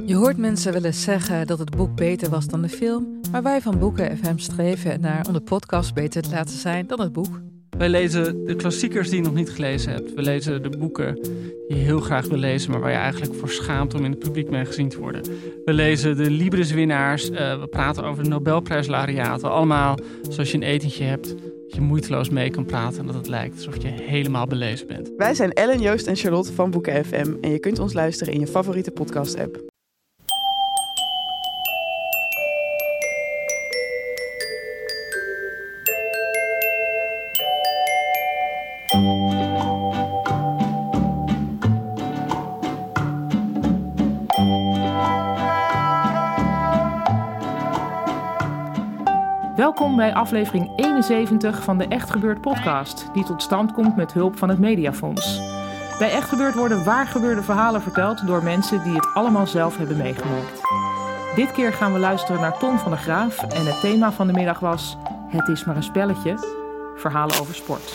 Je hoort mensen wel eens zeggen dat het boek beter was dan de film, maar wij van Boeken FM streven ernaar om de podcast beter te laten zijn dan het boek. Wij lezen de klassiekers die je nog niet gelezen hebt. We lezen de boeken die je heel graag wil lezen, maar waar je eigenlijk voor schaamt om in het publiek mee gezien te worden. We lezen de Libris-winnaars. We praten over de Nobelprijslaureaten. Allemaal zoals je een etentje hebt, dat je moeiteloos mee kan praten en dat het lijkt alsof je helemaal belezen bent. Wij zijn Ellen, Joost en Charlotte van Boeken FM en je kunt ons luisteren in je favoriete podcast-app. Welkom bij aflevering 71 van de Echt Gebeurd podcast, die tot stand komt met hulp van het Mediafonds. Bij Echt Gebeurd worden waar gebeurde verhalen verteld door mensen die het allemaal zelf hebben meegemaakt. Dit keer gaan we luisteren naar Ton van der Graaf en het thema van de middag was Het is maar een spelletje, verhalen over sport.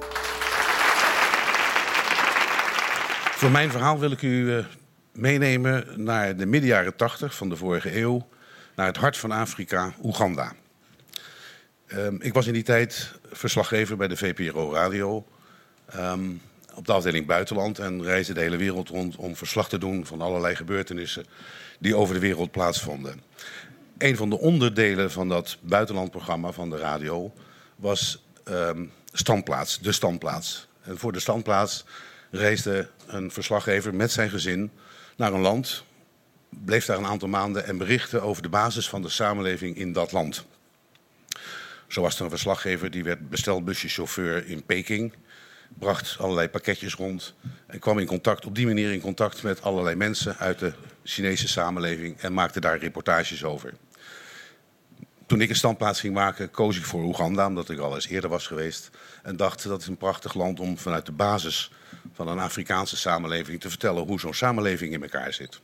Voor mijn verhaal wil ik u meenemen naar de middenjaren 80 van de vorige eeuw, naar het hart van Afrika, Oeganda. Ik was in die tijd verslaggever bij de VPRO Radio op de afdeling buitenland en reisde de hele wereld rond om verslag te doen van allerlei gebeurtenissen die over de wereld plaatsvonden. Een van de onderdelen van dat buitenlandprogramma van de radio was Standplaats, de Standplaats. En voor de Standplaats reisde een verslaggever met zijn gezin naar een land, bleef daar een aantal maanden en berichtte over de basis van de samenleving in dat land. Zo was er een verslaggever die werd bestelbuschauffeur in Peking, bracht allerlei pakketjes rond en kwam op die manier in contact met allerlei mensen uit de Chinese samenleving en maakte daar reportages over. Toen ik een standplaats ging maken, koos ik voor Oeganda, omdat ik al eens eerder was geweest en dacht dat is een prachtig land om vanuit de basis van een Afrikaanse samenleving te vertellen hoe zo'n samenleving in elkaar zit.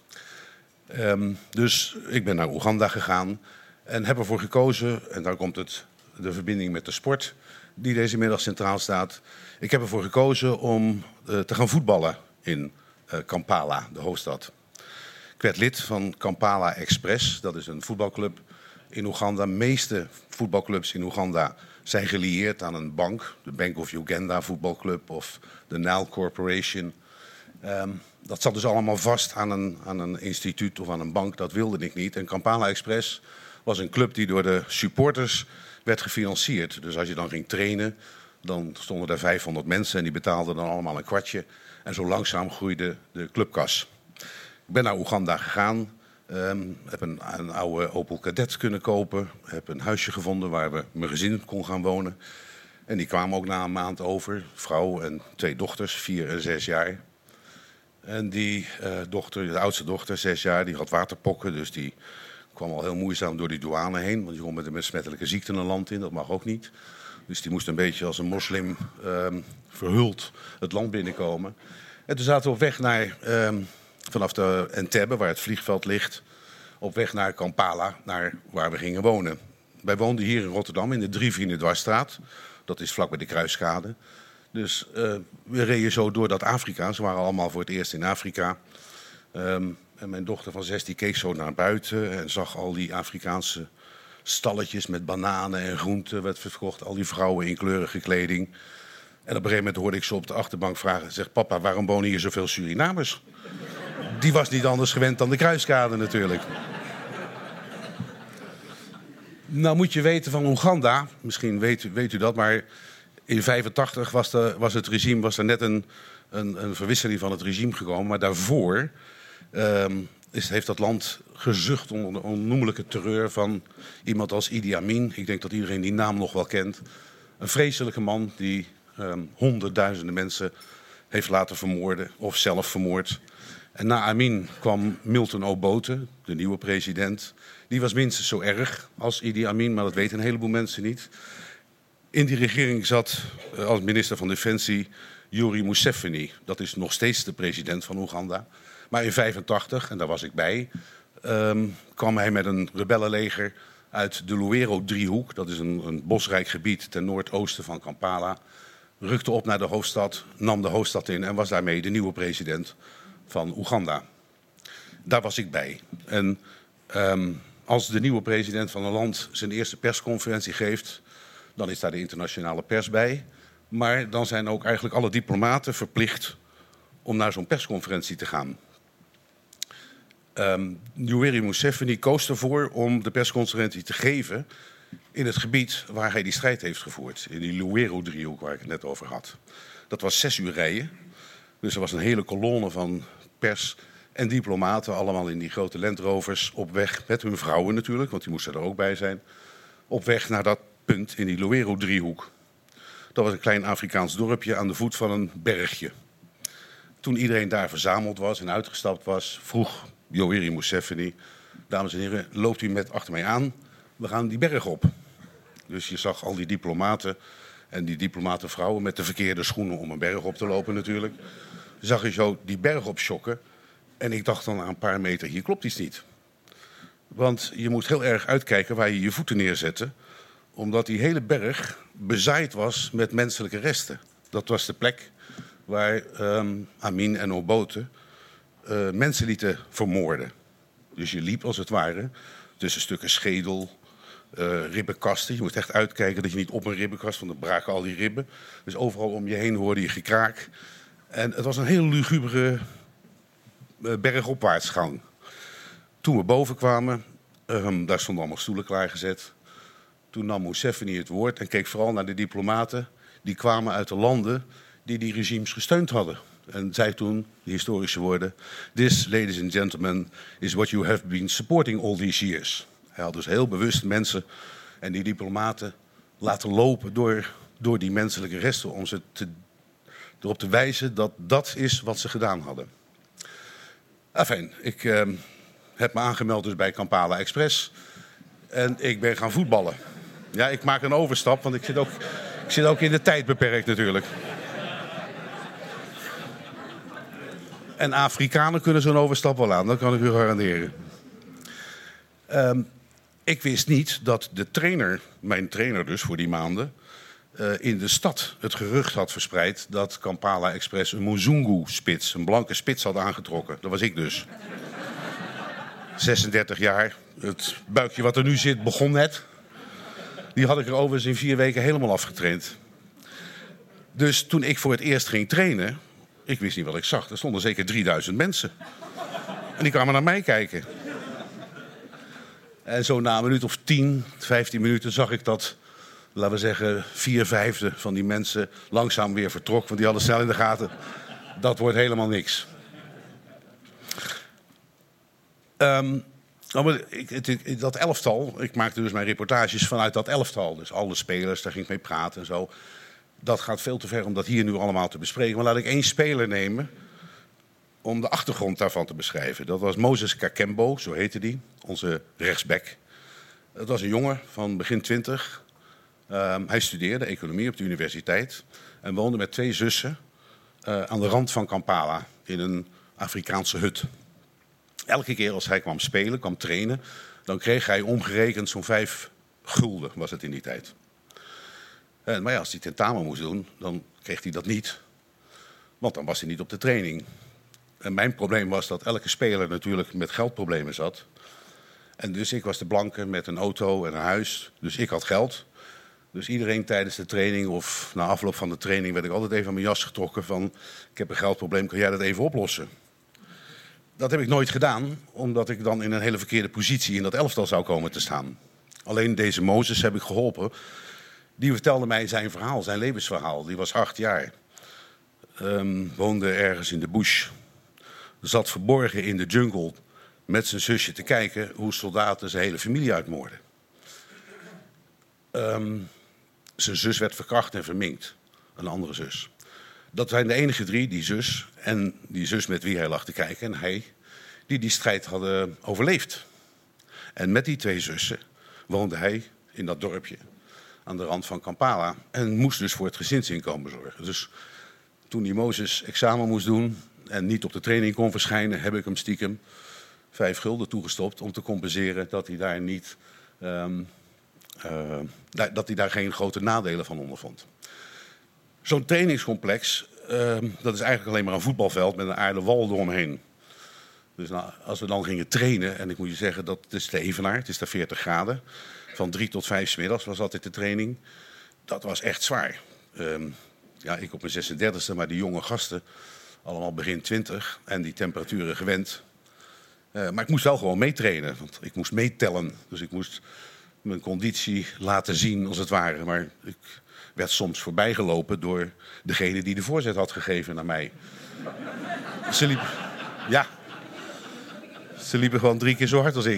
Dus ik ben naar Oeganda gegaan. En heb ervoor gekozen, en daar komt de verbinding met de sport die deze middag centraal staat. Ik heb ervoor gekozen om te gaan voetballen in Kampala, de hoofdstad. Ik werd lid van Kampala Express, dat is een voetbalclub in Oeganda. De meeste voetbalclubs in Oeganda zijn gelieerd aan een bank. De Bank of Uganda voetbalclub of de Nile Corporation. Dat zat dus allemaal vast aan een instituut of aan een bank, dat wilde ik niet. En Kampala Express was een club die door de supporters werd gefinancierd. Dus als je dan ging trainen, dan stonden er 500 mensen en die betaalden dan allemaal een kwartje. En zo langzaam groeide de clubkas. Ik ben naar Oeganda gegaan, heb een oude Opel Kadett kunnen kopen. Heb een huisje gevonden waar mijn gezin kon gaan wonen. En die kwamen ook na een maand over, vrouw en 2 dochters, 4 en 6 jaar. En die dochter, de oudste dochter, 6 jaar, die had waterpokken, dus die kwam al heel moeizaam door die douane heen. Want je kon met een besmettelijke ziekte een land in, dat mag ook niet. Dus die moest een beetje als een moslim verhuld het land binnenkomen. En toen zaten we op weg naar, vanaf de Entebbe, waar het vliegveld ligt, op weg naar Kampala, naar waar we gingen wonen. Wij woonden hier in Rotterdam in de Drievrienden Dwarsstraat. Dat is vlak bij de Kruiskade. Dus we reden zo door dat Afrika. Ze waren allemaal voor het eerst in Afrika. En mijn dochter van 6 die keek zo naar buiten en zag al die Afrikaanse stalletjes met bananen en groenten werd verkocht. Al die vrouwen in kleurige kleding. En op een gegeven moment hoorde ik ze op de achterbank vragen. Zegt papa, waarom wonen hier zoveel Surinamers? Die was niet anders gewend dan de Kruiskade natuurlijk. Nou moet je weten van Oeganda, misschien weet u dat, maar in 1985 was er net een verwisseling van het regime gekomen. Maar daarvoor heeft dat land gezucht onder de onnoemelijke terreur van iemand als Idi Amin. Ik denk dat iedereen die naam nog wel kent. Een vreselijke man die honderdduizenden mensen heeft laten vermoorden of zelf vermoord. En na Amin kwam Milton Obote, de nieuwe president. Die was minstens zo erg als Idi Amin, maar dat weten een heleboel mensen niet. In die regering zat als minister van Defensie Yoweri Museveni. Dat is nog steeds de president van Oeganda. Maar in 1985, en daar was ik bij, kwam hij met een rebellenleger uit de Luwero-driehoek. Dat is een bosrijk gebied ten noordoosten van Kampala. Rukte op naar de hoofdstad, nam de hoofdstad in en was daarmee de nieuwe president van Oeganda. Daar was ik bij. En als de nieuwe president van een land zijn eerste persconferentie geeft, dan is daar de internationale pers bij. Maar dan zijn ook eigenlijk alle diplomaten verplicht om naar zo'n persconferentie te gaan. Yoweri Museveni koos ervoor om de persconferentie te geven in het gebied waar hij die strijd heeft gevoerd. In die Luwero-driehoek waar ik het net over had. Dat was 6 uur rijden. Dus er was een hele kolonne van pers en diplomaten, allemaal in die grote Land Rovers, op weg, met hun vrouwen natuurlijk, want die moesten er ook bij zijn, op weg naar dat punt in die Luwero-driehoek. Dat was een klein Afrikaans dorpje aan de voet van een bergje. Toen iedereen daar verzameld was en uitgestapt was, vroeg Yoweri Museveni: dames en heren, loopt u met achter mij aan? We gaan die berg op. Dus je zag al die diplomaten en die diplomatenvrouwen met de verkeerde schoenen om een berg op te lopen natuurlijk. Zag je zo die berg op schokken. En ik dacht dan aan een paar meter, hier klopt iets niet. Want je moet heel erg uitkijken waar je je voeten neerzette. Omdat die hele berg bezaaid was met menselijke resten. Dat was de plek waar Amin en Obote mensen lieten vermoorden. Dus je liep als het ware tussen stukken schedel, ribbenkasten. Je moet echt uitkijken dat je niet op een ribbenkast, want dan braken al die ribben. Dus overal om je heen hoorde je gekraak. En het was een heel lugubere bergopwaartsgang. Toen we boven kwamen, daar stonden allemaal stoelen klaargezet. Toen nam Museveni het woord en keek vooral naar de diplomaten. Die kwamen uit de landen die regimes gesteund hadden. En zei toen de historische woorden: "This, ladies and gentlemen, is what you have been supporting all these years." Hij had dus heel bewust mensen en die diplomaten laten lopen door die menselijke resten, om ze erop te wijzen dat dat is wat ze gedaan hadden. Enfin, ik heb me aangemeld dus bij Kampala Express en ik ben gaan voetballen. Ja, ik maak een overstap, want ik zit ook in de tijd beperkt natuurlijk. En Afrikanen kunnen zo'n overstap wel aan, dat kan ik u garanderen. Ik wist niet dat de trainer, mijn trainer dus voor die maanden, in de stad het gerucht had verspreid dat Kampala Express een Muzungu-spits, een blanke spits had aangetrokken. Dat was ik dus. 36 jaar, het buikje wat er nu zit begon net. Die had ik er overigens in 4 weken helemaal afgetraind. Dus toen ik voor het eerst ging trainen, ik wist niet wat ik zag. Er stonden zeker 3000 mensen. En die kwamen naar mij kijken. En zo na een minuut of 10, 15 minuten zag ik dat, laten we zeggen, 4/5 van die mensen langzaam weer vertrok. Want die hadden snel in de gaten, dat wordt helemaal niks. Dat elftal, ik maakte dus mijn reportages vanuit dat elftal. Dus alle spelers, daar ging ik mee praten en zo. Dat gaat veel te ver om dat hier nu allemaal te bespreken. Maar laat ik 1 speler nemen om de achtergrond daarvan te beschrijven. Dat was Moses Kakembo, zo heette die, onze rechtsback. Het was een jongen van begin 20. Hij studeerde economie op de universiteit en woonde met 2 zussen aan de rand van Kampala in een Afrikaanse hut. Elke keer als hij kwam spelen, kwam trainen, dan kreeg hij omgerekend zo'n 5 gulden, was het in die tijd. Maar ja, als hij tentamen moest doen, dan kreeg hij dat niet. Want dan was hij niet op de training. En mijn probleem was dat elke speler natuurlijk met geldproblemen zat. En dus ik was de blanke met een auto en een huis. Dus ik had geld. Dus iedereen tijdens de training of na afloop van de training werd ik altijd even aan mijn jas getrokken van: ik heb een geldprobleem, kan jij dat even oplossen? Dat heb ik nooit gedaan, omdat ik dan in een hele verkeerde positie in dat elftal zou komen te staan. Alleen deze Mozes heb ik geholpen. Die vertelde mij zijn verhaal, zijn levensverhaal. Die was 8 jaar. Woonde ergens in de bush. Zat verborgen in de jungle met zijn zusje te kijken hoe soldaten zijn hele familie uitmoorden. Zijn zus werd verkracht en verminkt. Een andere zus. Dat zijn de enige 3, die zus en die zus met wie hij lag te kijken en hij, die strijd hadden overleefd. En met die 2 zussen woonde hij in dat dorpje aan de rand van Kampala en moest dus voor het gezinsinkomen zorgen. Dus toen die Mozes examen moest doen en niet op de training kon verschijnen, heb ik hem stiekem 5 gulden toegestopt om te compenseren dat hij daar niet, dat hij daar geen grote nadelen van ondervond. Zo'n trainingscomplex, dat is eigenlijk alleen maar een voetbalveld met een aarden wal eromheen. Dus als we dan gingen trainen, en ik moet je zeggen, dat is de Evenaar, het is daar 40 graden. Van 3 tot 5 's middags was altijd de training. Dat was echt zwaar. Ik op mijn 36e, maar die jonge gasten, allemaal begin 20 en die temperaturen gewend. Maar ik moest wel gewoon meetrainen, want ik moest meetellen. Dus ik moest mijn conditie laten zien, als het ware. Maar ik werd soms voorbijgelopen door degene die de voorzet had gegeven naar mij. Ze liepen gewoon 3 keer zo hard als ik.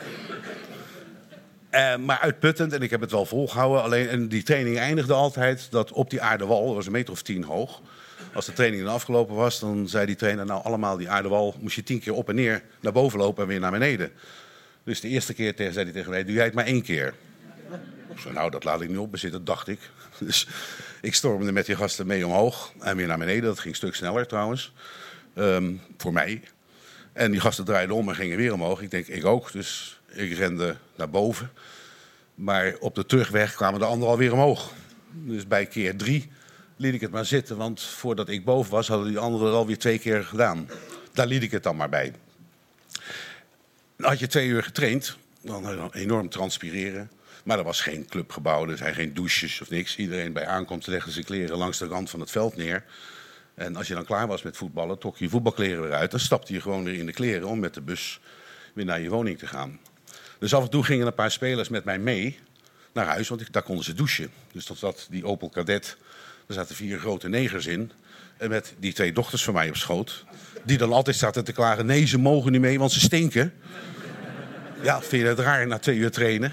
Maar uitputtend, en ik heb het wel volgehouden. Alleen, en die training eindigde altijd dat op die aardewal, dat was 1 meter of 10 hoog. Als de training dan afgelopen was, dan zei die trainer, nou allemaal die aardewal moest je 10 keer op en neer naar boven lopen en weer naar beneden. Dus de eerste keer zei hij tegen mij, doe jij het maar 1 keer. Ik zei, nou dat laat ik nu opbezitten, dacht ik. Dus ik stormde met die gasten mee omhoog en weer naar beneden. Dat ging een stuk sneller trouwens, voor mij. En die gasten draaiden om en gingen weer omhoog. Ik denk, ik ook, dus ik rende naar boven. Maar op de terugweg kwamen de anderen alweer omhoog. Dus bij keer 3 liet ik het maar zitten, want voordat ik boven was, hadden die anderen er alweer 2 keer gedaan. Daar liet ik het dan maar bij. Dan had je 2 uur getraind, dan enorm transpireren. Maar er was geen clubgebouw, er zijn geen douches of niks. Iedereen bij aankomst legde zijn kleren langs de rand van het veld neer. En als je dan klaar was met voetballen, trok je je voetbalkleren weer uit. Dan stapte je gewoon weer in de kleren om met de bus weer naar je woning te gaan. Dus af en toe gingen een paar spelers met mij mee naar huis, want daar konden ze douchen. Dus dat zat die Opel Kadett. Er zaten 4 grote negers in. En met die 2 dochters van mij op schoot. Die dan altijd zaten te klagen, nee, ze mogen niet mee, want ze stinken. Ja, vind je het raar na 2 uur trainen?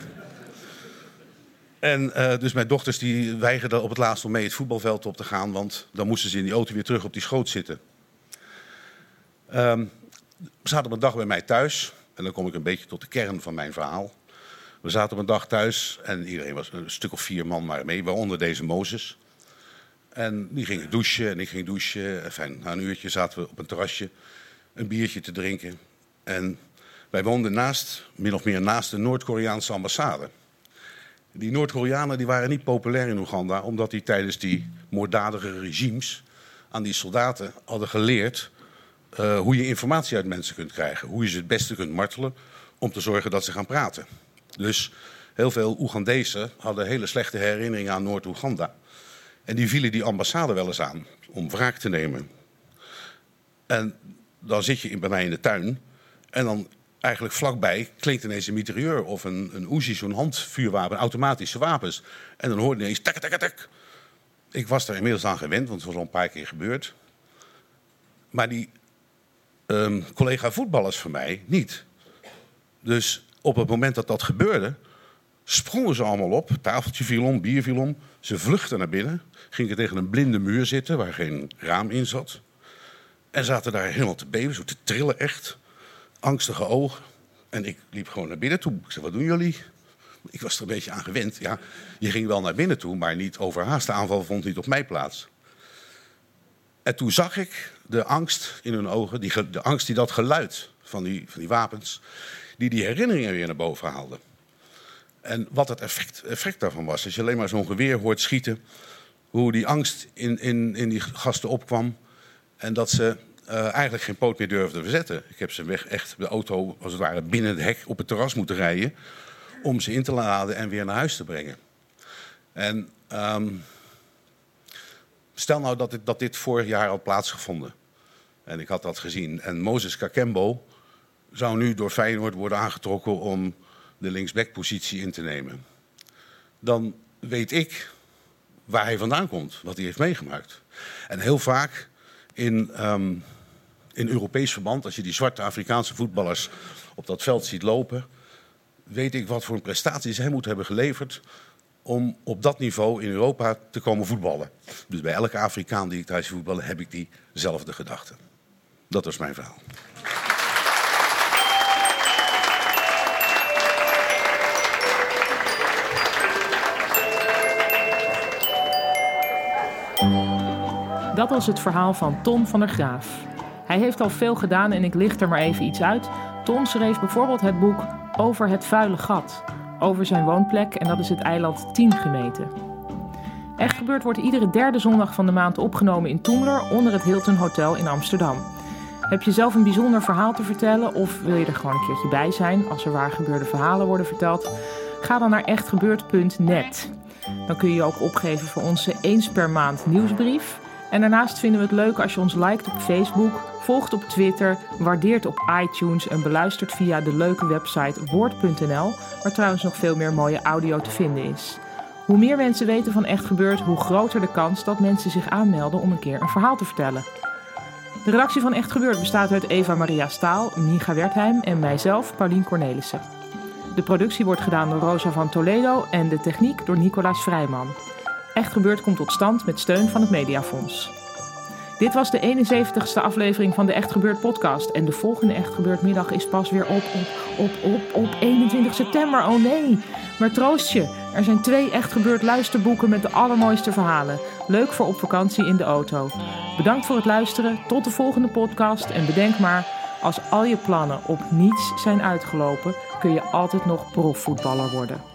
En dus mijn dochters die weigerden op het laatst om mee het voetbalveld op te gaan. Want dan moesten ze in die auto weer terug op die schoot zitten. Ze zaten op een dag bij mij thuis. En dan kom ik een beetje tot de kern van mijn verhaal. We zaten op een dag thuis en iedereen was een stuk of 4 man maar mee. Waaronder deze Mozes. En die gingen douchen en ik ging douchen. Enfin, na een uurtje zaten we op een terrasje een biertje te drinken. En wij woonden min of meer naast de Noord-Koreaanse ambassade. Die Noord-Koreanen die waren niet populair in Oeganda, omdat die tijdens die moorddadige regimes aan die soldaten hadden geleerd hoe je informatie uit mensen kunt krijgen. Hoe je ze het beste kunt martelen om te zorgen dat ze gaan praten. Dus heel veel Oegandezen hadden hele slechte herinneringen aan Noord-Oeganda. En die vielen die ambassade wel eens aan om wraak te nemen. En dan zit je bij mij in de tuin en dan eigenlijk vlakbij klinkt ineens een mitrailleur of een Uzi, zo'n handvuurwapen, automatische wapens. En dan hoorde je ineens tak, tak, tak. Ik was daar inmiddels aan gewend, want het was al een paar keer gebeurd. Maar die collega voetballers van mij niet. Dus op het moment dat dat gebeurde, sprongen ze allemaal op. Tafeltje viel om, bier viel om. Ze vluchtten naar binnen, gingen tegen een blinde muur zitten waar geen raam in zat. En zaten daar helemaal te beven, zo te trillen echt. Angstige ogen. En ik liep gewoon naar binnen toe. Ik zei, wat doen jullie? Ik was er een beetje aan gewend. Ja, je ging wel naar binnen toe, maar niet overhaast. De aanval vond niet op mij plaats. En toen zag ik de angst in hun ogen. De angst die dat geluid van die wapens, die herinneringen weer naar boven haalde. En wat het effect daarvan was. Als je alleen maar zo'n geweer hoort schieten, hoe die angst in die gasten opkwam. En dat ze eigenlijk geen poot meer durfden verzetten. Ik heb ze echt de auto, als het ware, binnen het hek op het terras moeten rijden om ze in te laden en weer naar huis te brengen. En stel nou dat dit vorig jaar had plaatsgevonden. En ik had dat gezien. En Moses Kakembo zou nu door Feyenoord worden aangetrokken om de linksbackpositie in te nemen. Dan weet ik waar hij vandaan komt, wat hij heeft meegemaakt. En heel vaak in Europees verband, als je die zwarte Afrikaanse voetballers op dat veld ziet lopen, weet ik wat voor een prestaties hij moet hebben geleverd om op dat niveau in Europa te komen voetballen. Dus bij elke Afrikaan die ik thuis voetballen, heb ik diezelfde gedachte. Dat was mijn verhaal. Dat was het verhaal van Ton van der Graaf. Hij heeft al veel gedaan en ik licht er maar even iets uit. Ton schreef bijvoorbeeld het boek Over het vuile gat. Over zijn woonplek en dat is het eiland 10 gemeten. Echt Gebeurd wordt iedere 3e zondag van de maand opgenomen in Toemler onder het Hilton Hotel in Amsterdam. Heb je zelf een bijzonder verhaal te vertellen of wil je er gewoon een keertje bij zijn als er waar gebeurde verhalen worden verteld? Ga dan naar echtgebeurd.net. Dan kun je je ook opgeven voor onze eens per maand nieuwsbrief. En daarnaast vinden we het leuk als je ons liked op Facebook, volgt op Twitter, waardeert op iTunes en beluistert via de leuke website woord.nl, waar trouwens nog veel meer mooie audio te vinden is. Hoe meer mensen weten van Echt Gebeurd, hoe groter de kans dat mensen zich aanmelden om een keer een verhaal te vertellen. De redactie van Echt Gebeurd bestaat uit Eva Maria Staal, Micha Wertheim en mijzelf, Paulien Cornelissen. De productie wordt gedaan door Rosa van Toledo en de techniek door Nicolaas Vrijman. Echt Gebeurd komt tot stand met steun van het Mediafonds. Dit was de 71ste aflevering van de Echt Gebeurd podcast. En de volgende Echt Gebeurd middag is pas weer op 21 september. Oh nee, maar troost je. Er zijn 2 Echt Gebeurd luisterboeken met de allermooiste verhalen. Leuk voor op vakantie in de auto. Bedankt voor het luisteren. Tot de volgende podcast. En bedenk maar, als al je plannen op niets zijn uitgelopen, kun je altijd nog profvoetballer worden.